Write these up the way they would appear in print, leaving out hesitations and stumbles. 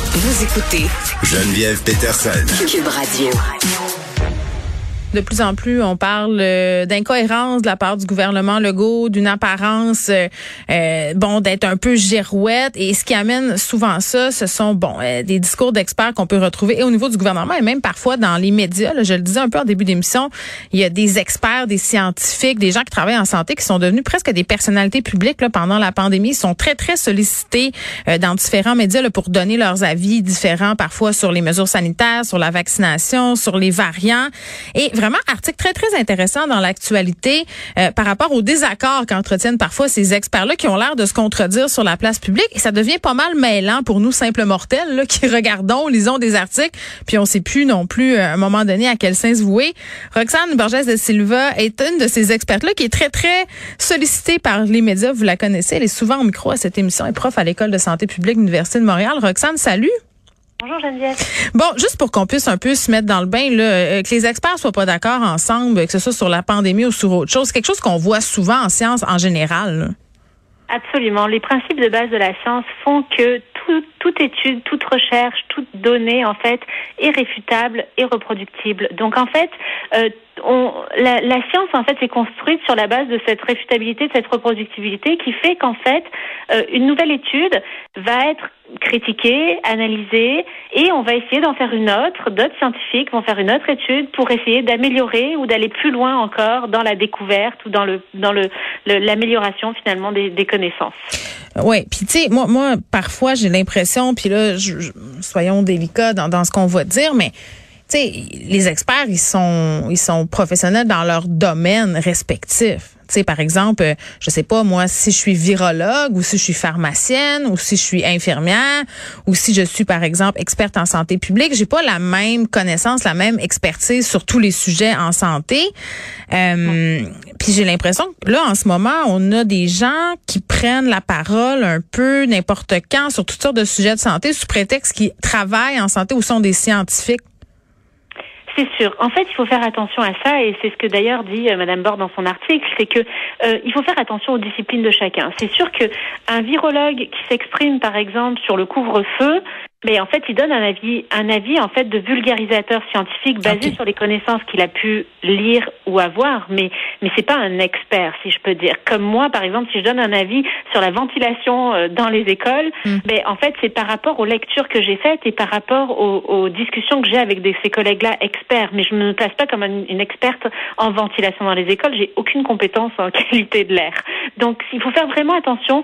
Vous écoutez Geneviève Peterson. Cube Radio. De plus en plus, on parle d'incohérence de la part du gouvernement Legault, d'une apparence, d'être un peu girouette. Et ce qui amène souvent ça, ce sont, des discours d'experts qu'on peut retrouver et au niveau du gouvernement et même parfois dans les médias. Là, je le disais un peu en début d'émission, il y a des experts, des scientifiques, des gens qui travaillent en santé qui sont devenus presque des personnalités publiques là, pendant la pandémie. Ils sont très, très sollicités dans différents médias là, pour donner leurs avis différents, parfois sur les mesures sanitaires, sur la vaccination, sur les variants. Et vraiment, article très, très intéressant dans l'actualité par rapport aux désaccords qu'entretiennent parfois ces experts-là qui ont l'air de se contredire sur la place publique. Et ça devient pas mal mêlant pour nous, simples mortels, là, qui regardons, lisons des articles, puis on sait plus non plus à un moment donné à quel sens vouer. Roxane Borges de Silva est une de ces expertes-là qui est très, très sollicitée par les médias. Vous la connaissez. Elle est souvent au micro à cette émission. Elle est prof à l'École de santé publique de l'Université de Montréal. Roxane, salut. Bonjour Geneviève. Bon, juste pour qu'on puisse un peu se mettre dans le bain, là, que les experts soient pas d'accord ensemble, que ce soit sur la pandémie ou sur autre chose, c'est quelque chose qu'on voit souvent en science en général. Là. Absolument. Les principes de base de la science font que toute étude, toute recherche, toute donnée, en fait, est réfutable et reproductible. Donc, en fait, la science, en fait, est construite sur la base de cette réfutabilité, de cette reproductibilité qui fait qu'en fait, une nouvelle étude va être critiquée, analysée, et on va essayer d'en faire une autre. D'autres scientifiques vont faire une autre étude pour essayer d'améliorer ou d'aller plus loin encore dans la découverte ou dans l'amélioration finalement des connaissances. Ouais, puis tu sais, moi parfois j'ai l'impression, puis là, soyons délicats dans ce qu'on va dire, mais tu sais, les experts, ils sont professionnels dans leur domaine respectif. Tu sais, par exemple, je sais pas, moi, si je suis virologue ou si je suis pharmacienne ou si je suis infirmière ou si je suis, par exemple, experte en santé publique, j'ai pas la même connaissance, la même expertise sur tous les sujets en santé. Puis j'ai l'impression que là, en ce moment, on a des gens qui prennent la parole un peu n'importe quand sur toutes sortes de sujets de santé sous prétexte qu'ils travaillent en santé ou sont des scientifiques. C'est sûr. En fait, il faut faire attention à ça, et c'est ce que d'ailleurs dit Madame Bordes dans son article, c'est que il faut faire attention aux disciplines de chacun. C'est sûr que un virologue qui s'exprime, par exemple, sur le couvre-feu, mais en fait, il donne un avis en fait de vulgarisateur scientifique basé sur les connaissances qu'il a pu lire ou avoir, mais c'est pas un expert, si je peux dire. Comme moi, par exemple, si je donne un avis sur la ventilation dans les écoles, ben en fait, c'est par rapport aux lectures que j'ai faites et par rapport aux discussions que j'ai avec ces collègues-là experts. Mais je me place pas comme une experte en ventilation dans les écoles. J'ai aucune compétence en qualité de l'air. Donc, il faut faire vraiment attention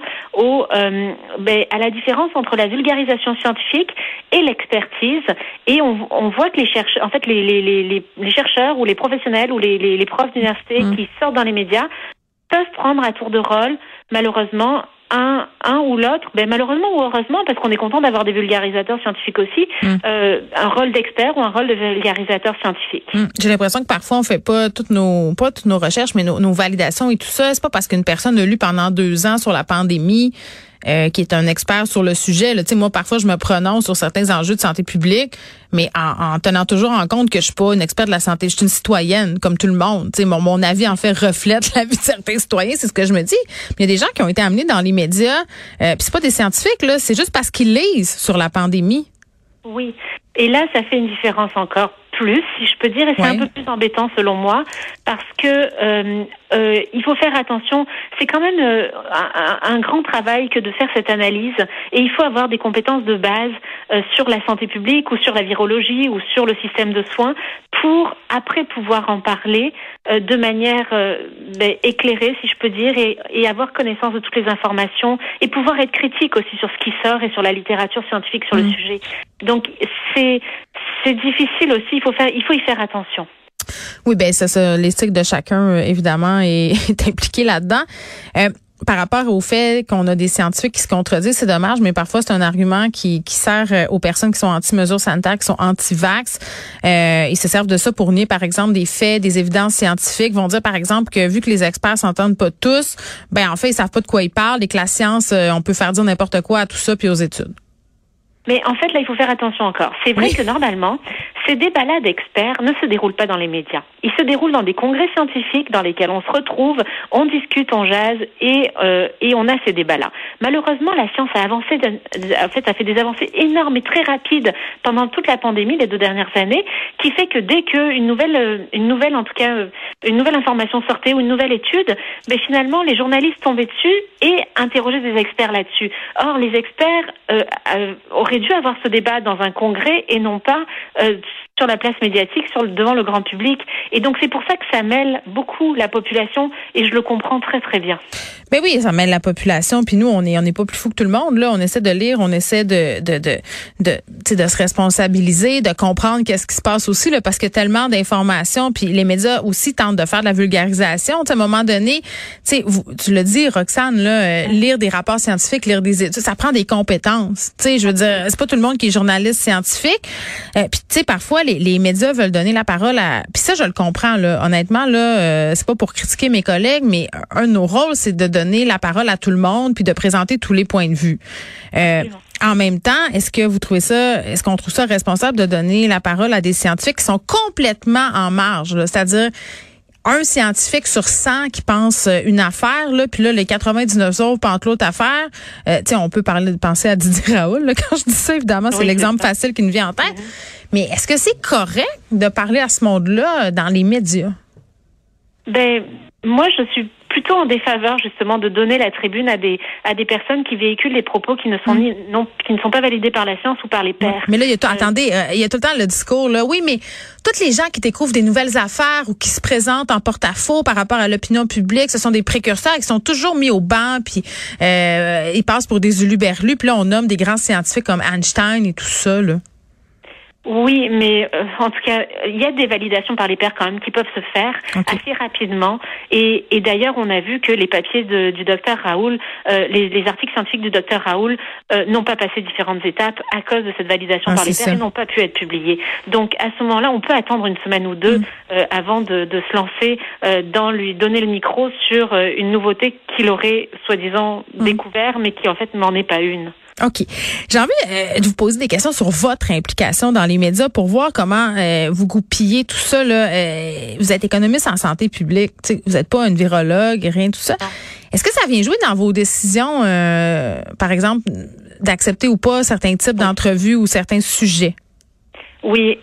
à la différence entre la vulgarisation scientifique et l'expertise, et on voit que les chercheurs ou les professionnels ou les profs d'université qui sortent dans les médias peuvent prendre à tour de rôle, malheureusement, un ou l'autre, malheureusement ou heureusement, parce qu'on est content d'avoir des vulgarisateurs scientifiques aussi, un rôle d'expert ou un rôle de vulgarisateur scientifique. J'ai l'impression que parfois on fait pas toutes nos recherches, mais nos validations et tout ça. C'est pas parce qu'une personne a lu pendant 2 ans sur la pandémie qui est un expert sur le sujet. Là, tu sais, moi, parfois, je me prononce sur certains enjeux de santé publique, mais en tenant toujours en compte que je suis pas une experte de la santé. Je suis une citoyenne, comme tout le monde. Tu sais, mon avis, en fait, reflète la vie de certains citoyens. C'est ce que je me dis. Mais il y a des gens qui ont été amenés dans les médias, puis c'est pas des scientifiques, là. C'est juste parce qu'ils lisent sur la pandémie. Oui. Et là, ça fait une différence encore plus, si je peux dire, et c'est un peu plus embêtant selon moi, parce que il faut faire attention. C'est quand même un grand travail que de faire cette analyse, et il faut avoir des compétences de base sur la santé publique ou sur la virologie ou sur le système de soins pour après pouvoir en parler de manière éclairée, si je peux dire, et avoir connaissance de toutes les informations et pouvoir être critique aussi sur ce qui sort et sur la littérature scientifique sur le sujet. Donc c'est difficile aussi. Il faut y faire attention. Oui, ça, l'éthique de chacun, évidemment, est impliquée là-dedans. Par rapport au fait qu'on a des scientifiques qui se contredisent, c'est dommage, mais parfois c'est un argument qui sert aux personnes qui sont anti-mesures sanitaires, qui sont anti-vax. Ils se servent de ça pour nier, par exemple, des faits, des évidences scientifiques. Ils vont dire, par exemple, que vu que les experts s'entendent pas tous, en fait, ils savent pas de quoi ils parlent et que la science, on peut faire dire n'importe quoi à tout ça puis aux études. Mais en fait, là, il faut faire attention encore. C'est vrai que normalement, ces débats-là d'experts ne se déroulent pas dans les médias. Ils se déroulent dans des congrès scientifiques dans lesquels on se retrouve, on discute, on jase et on a ces débats-là. Malheureusement, la science a avancé, a fait des avancées énormes et très rapides pendant toute la pandémie, les 2 dernières années, qui fait que dès qu'une nouvelle information sortait ou une nouvelle étude, finalement, les journalistes tombaient dessus et interrogeaient des experts là-dessus. Or, les experts auraient dû avoir ce débat dans un congrès et non pas sur la place médiatique, devant le grand public. Et donc, c'est pour ça que ça mêle beaucoup la population et je le comprends très, très bien. Mais oui, ça mêle la population. Puis nous, on n'est pas plus fous que tout le monde. Là, on essaie de lire, on essaie de se responsabiliser, de comprendre qu'est-ce qui se passe aussi, là, parce que tellement d'informations. Puis les médias aussi tentent de faire de la vulgarisation. À un moment donné, tu l'as dit, Roxane, là, lire des rapports scientifiques, lire des études, ça prend des compétences. Je veux dire, c'est pas tout le monde qui est journaliste scientifique. Puis tu sais, parfois les médias veulent donner la parole à. Puis ça, je le comprends. Là, honnêtement, là, c'est pas pour critiquer mes collègues, mais un de nos rôles, c'est de donner la parole à tout le monde puis de présenter tous les points de vue. En même temps, est-ce qu'on trouve ça responsable de donner la parole à des scientifiques qui sont complètement en marge, là? C'est-à-dire un scientifique sur 100 qui pense une affaire, là, puis là, les 99 autres pensent l'autre affaire. On peut penser à Didier Raoult, là, quand je dis ça, évidemment, c'est l'exemple facile qui nous vient en tête. Mais est-ce que c'est correct de parler à ce monde-là dans les médias? Moi, je suis plutôt en défaveur justement de donner la tribune à des personnes qui véhiculent des propos qui ne sont pas validés par la science ou par les pairs. Mais là, il y a tout le temps le discours là. Oui, mais toutes les gens qui découvrent des nouvelles affaires ou qui se présentent en porte-à-faux par rapport à l'opinion publique, ce sont des précurseurs qui sont toujours mis au banc, puis ils passent pour des huluberlus. Puis là, on nomme des grands scientifiques comme Einstein et tout ça là. Oui, mais en tout cas, il y a des validations par les pairs quand même qui peuvent se faire assez rapidement. Et d'ailleurs, on a vu que les papiers du docteur Raoult, les articles scientifiques du docteur Raoult n'ont pas passé différentes étapes à cause de cette validation par les pairs et n'ont pas pu être publiés. Donc à ce moment-là, on peut attendre une semaine ou deux avant de se lancer dans lui donner le micro sur une nouveauté qu'il aurait soi-disant découvert, mais qui en fait n'en est pas une. OK. J'ai envie de vous poser des questions sur votre implication dans les médias pour voir comment vous goupillez tout ça. Là. Vous êtes économiste en santé publique. Vous n'êtes pas une virologue, rien tout ça. Est-ce que ça vient jouer dans vos décisions, par exemple, d'accepter ou pas certains types d'entrevues ou certains sujets? Oui,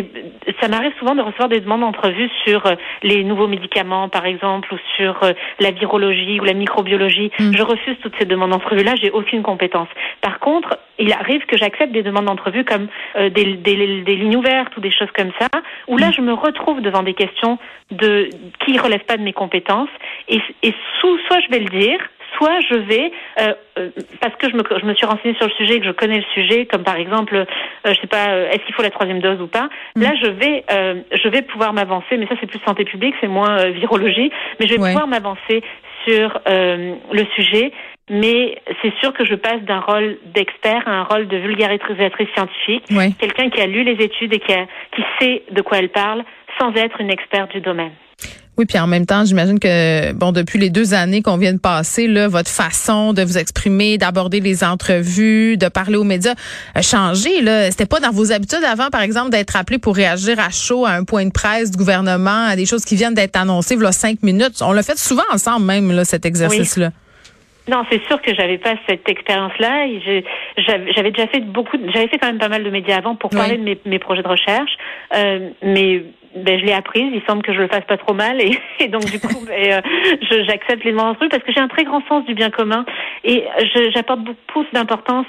ça m'arrive souvent de recevoir des demandes d'entrevue sur les nouveaux médicaments, par exemple, ou sur la virologie ou la microbiologie. Je refuse toutes ces demandes d'entrevue-là, j'ai aucune compétence. Par contre, il arrive que j'accepte des demandes d'entrevue comme des lignes ouvertes ou des choses comme ça, où là, je me retrouve devant des questions qui relèvent pas de mes compétences, et soit je vais le dire, soit je vais, parce que je me suis renseignée sur le sujet et que je connais le sujet, comme par exemple, je sais pas, est-ce qu'il faut la 3e dose ou pas. Là, je vais pouvoir m'avancer, mais ça c'est plus santé publique, c'est moins virologie, mais je vais pouvoir m'avancer sur le sujet. Mais c'est sûr que je passe d'un rôle d'expert à un rôle de vulgarisatrice scientifique, quelqu'un qui a lu les études et qui sait de quoi elle parle, sans être une experte du domaine. Oui, puis en même temps, j'imagine que, depuis les 2 années qu'on vient de passer, là, votre façon de vous exprimer, d'aborder les entrevues, de parler aux médias a changé, là. C'était pas dans vos habitudes avant, par exemple, d'être appelé pour réagir à chaud à un point de presse du gouvernement, à des choses qui viennent d'être annoncées, voilà 5 minutes. On l'a fait souvent ensemble même, là, cet exercice-là. Oui. Non, c'est sûr que j'avais pas cette expérience-là. J'avais fait quand même pas mal de médias avant pour parler de mes projets de recherche, mais je l'ai apprise. Il semble que je le fasse pas trop mal et donc du coup, j'accepte les demandes d'entrevue parce que j'ai un très grand sens du bien commun et j'accorde beaucoup d'importance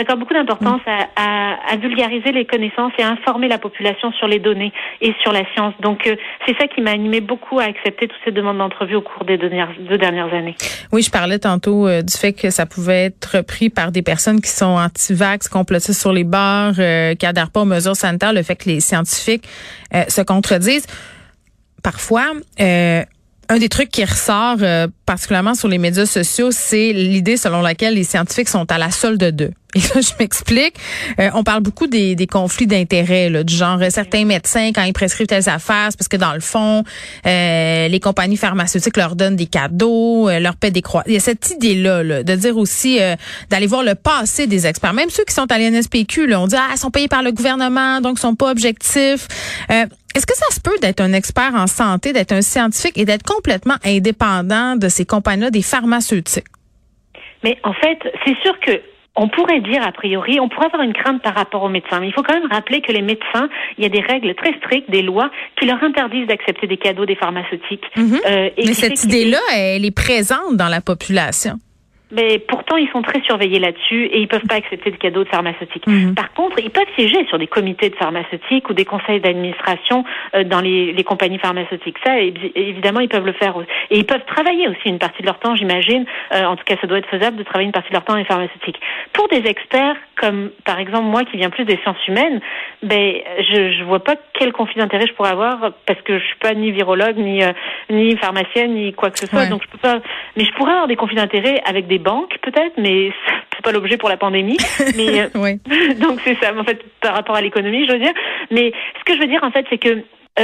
à vulgariser les connaissances et à informer la population sur les données et sur la science. Donc c'est ça qui m'a animé beaucoup à accepter toutes ces demandes d'entrevue au cours des 2 dernières années. Oui, je parlais tantôt du fait que ça pouvait être repris par des personnes qui sont anti-vax, complotistes sur les bars, qui adhèrent pas aux mesures sanitaires, le fait que les scientifiques se contredisent. Parfois, Un des trucs qui ressort particulièrement sur les médias sociaux, c'est l'idée selon laquelle les scientifiques sont à la solde d'eux. Et là, je m'explique. On parle beaucoup des conflits d'intérêts, là, du genre certains médecins, quand ils prescrivent telles affaires, c'est parce que dans le fond, les compagnies pharmaceutiques leur donnent des cadeaux, leur paient des croix. Il y a cette idée-là, là, de dire aussi, d'aller voir le passé des experts. Même ceux qui sont à l'NSPQ, là, on dit, ils sont payés par le gouvernement, donc ils sont pas objectifs. Est-ce que ça se peut d'être un expert en santé, d'être un scientifique et d'être complètement indépendant de ces compagnies-là, des pharmaceutiques? Mais en fait, c'est sûr que on pourrait dire, a priori, on pourrait avoir une crainte par rapport aux médecins. Mais il faut quand même rappeler que les médecins, il y a des règles très strictes, des lois qui leur interdisent d'accepter des cadeaux des pharmaceutiques. Mais cette idée-là, elle est présente dans la population. Mais pourtant, ils sont très surveillés là-dessus et ils peuvent pas accepter de cadeaux de pharmaceutiques. Par contre, ils peuvent siéger sur des comités de pharmaceutiques ou des conseils d'administration dans les compagnies pharmaceutiques. Ça, évidemment, ils peuvent le faire aussi. Et ils peuvent travailler aussi une partie de leur temps, j'imagine. En tout cas, ça doit être faisable de travailler une partie de leur temps dans les pharmaceutiques. Pour des experts, comme par exemple moi qui viens plus des sciences humaines, je vois pas quel conflit d'intérêt je pourrais avoir parce que je suis pas ni virologue, ni pharmacienne, ni quoi que ce soit. Ouais. Donc je peux pas. Mais je pourrais avoir des conflits d'intérêt avec des banques peut-être, mais c'est pas l'objet pour la pandémie. Mais oui. Donc c'est ça, en fait, par rapport à l'économie, je veux dire. Mais ce que je veux dire, en fait, c'est que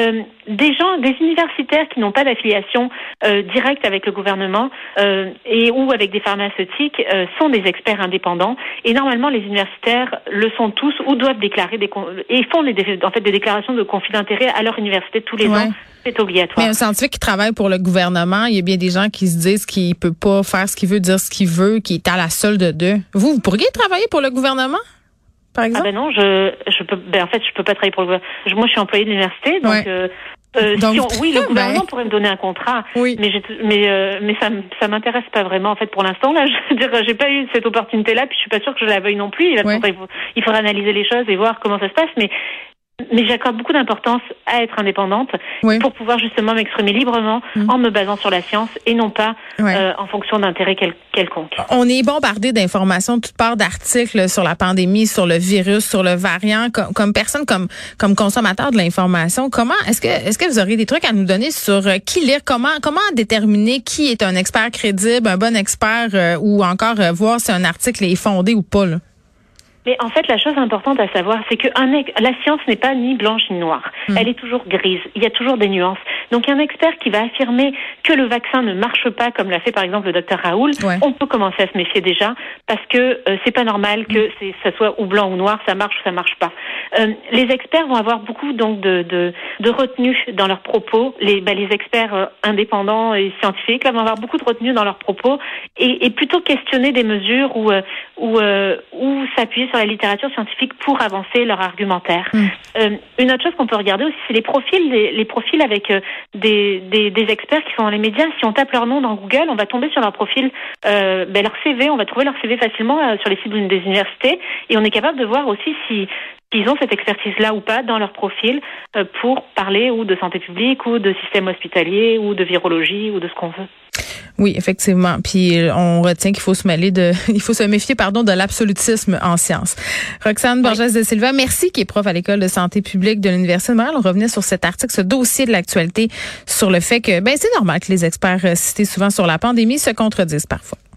des universitaires qui n'ont pas d'affiliation directe avec le gouvernement ou avec des pharmaceutiques sont des experts indépendants. Et normalement, les universitaires le sont tous ou doivent déclarer et font des déclarations de conflit d'intérêt à leur université tous les ans. C'est obligatoire. Mais un scientifique qui travaille pour le gouvernement, il y a bien des gens qui se disent qu'il peut pas faire ce qu'il veut, dire ce qu'il veut, qui est à la solde d'eux. Vous pourriez travailler pour le gouvernement, par exemple? Non, je peux. En fait, je peux pas travailler pour le gouvernement. Moi, je suis employée de l'université, donc. Donc, oui, le gouvernement pourrait me donner un contrat, oui. mais ça m'intéresse pas vraiment en fait pour l'instant. Là, je veux dire, j'ai pas eu cette opportunité-là, puis je suis pas sûre que je la veuille non plus. Il faudra analyser les choses et voir comment ça se passe, mais j'accorde beaucoup d'importance à être indépendante pour pouvoir justement m'exprimer librement en me basant sur la science et non pas en fonction d'intérêts quelconques. On est bombardé d'informations de toutes parts, d'articles sur la pandémie, sur le virus, sur le variant. Comme personne, comme consommateur de l'information, est-ce que vous auriez des trucs à nous donner sur qui lire, comment déterminer qui est un expert crédible, un bon expert ou encore voir si un article est fondé ou pas, là? Mais en fait, la chose importante à savoir, c'est que la science n'est pas ni blanche ni noire. Elle est toujours grise. Il y a toujours des nuances. Donc, un expert qui va affirmer que le vaccin ne marche pas, comme l'a fait par exemple le docteur Raoul, on peut commencer à se méfier déjà, parce que c'est pas normal que ça soit ou blanc ou noir, ça marche ou ça marche pas. Les experts vont avoir beaucoup donc de retenue dans leurs propos. Les experts indépendants et scientifiques là vont avoir beaucoup de retenue dans leurs propos et plutôt questionner des mesures ou s'appuyer sur la littérature scientifique pour avancer leur argumentaire. Une autre chose qu'on peut regarder aussi, c'est les profils avec des experts qui sont dans les médias. Si on tape leur nom dans Google, on va tomber sur leur profil, leur CV, on va trouver leur CV facilement sur les sites des universités et on est capable de voir aussi s'ils ont cette expertise-là ou pas dans leur profil pour parler ou de santé publique ou de système hospitalier ou de virologie ou de ce qu'on veut. Oui, effectivement. Puis on retient qu'il faut se méfier de l'absolutisme en sciences. Roxane Borges de Silva, merci, qui est prof à l'école de santé publique de l'Université de Montréal. On revenait sur cet article, ce dossier de l'actualité sur le fait que c'est normal que les experts cités souvent sur la pandémie se contredisent parfois.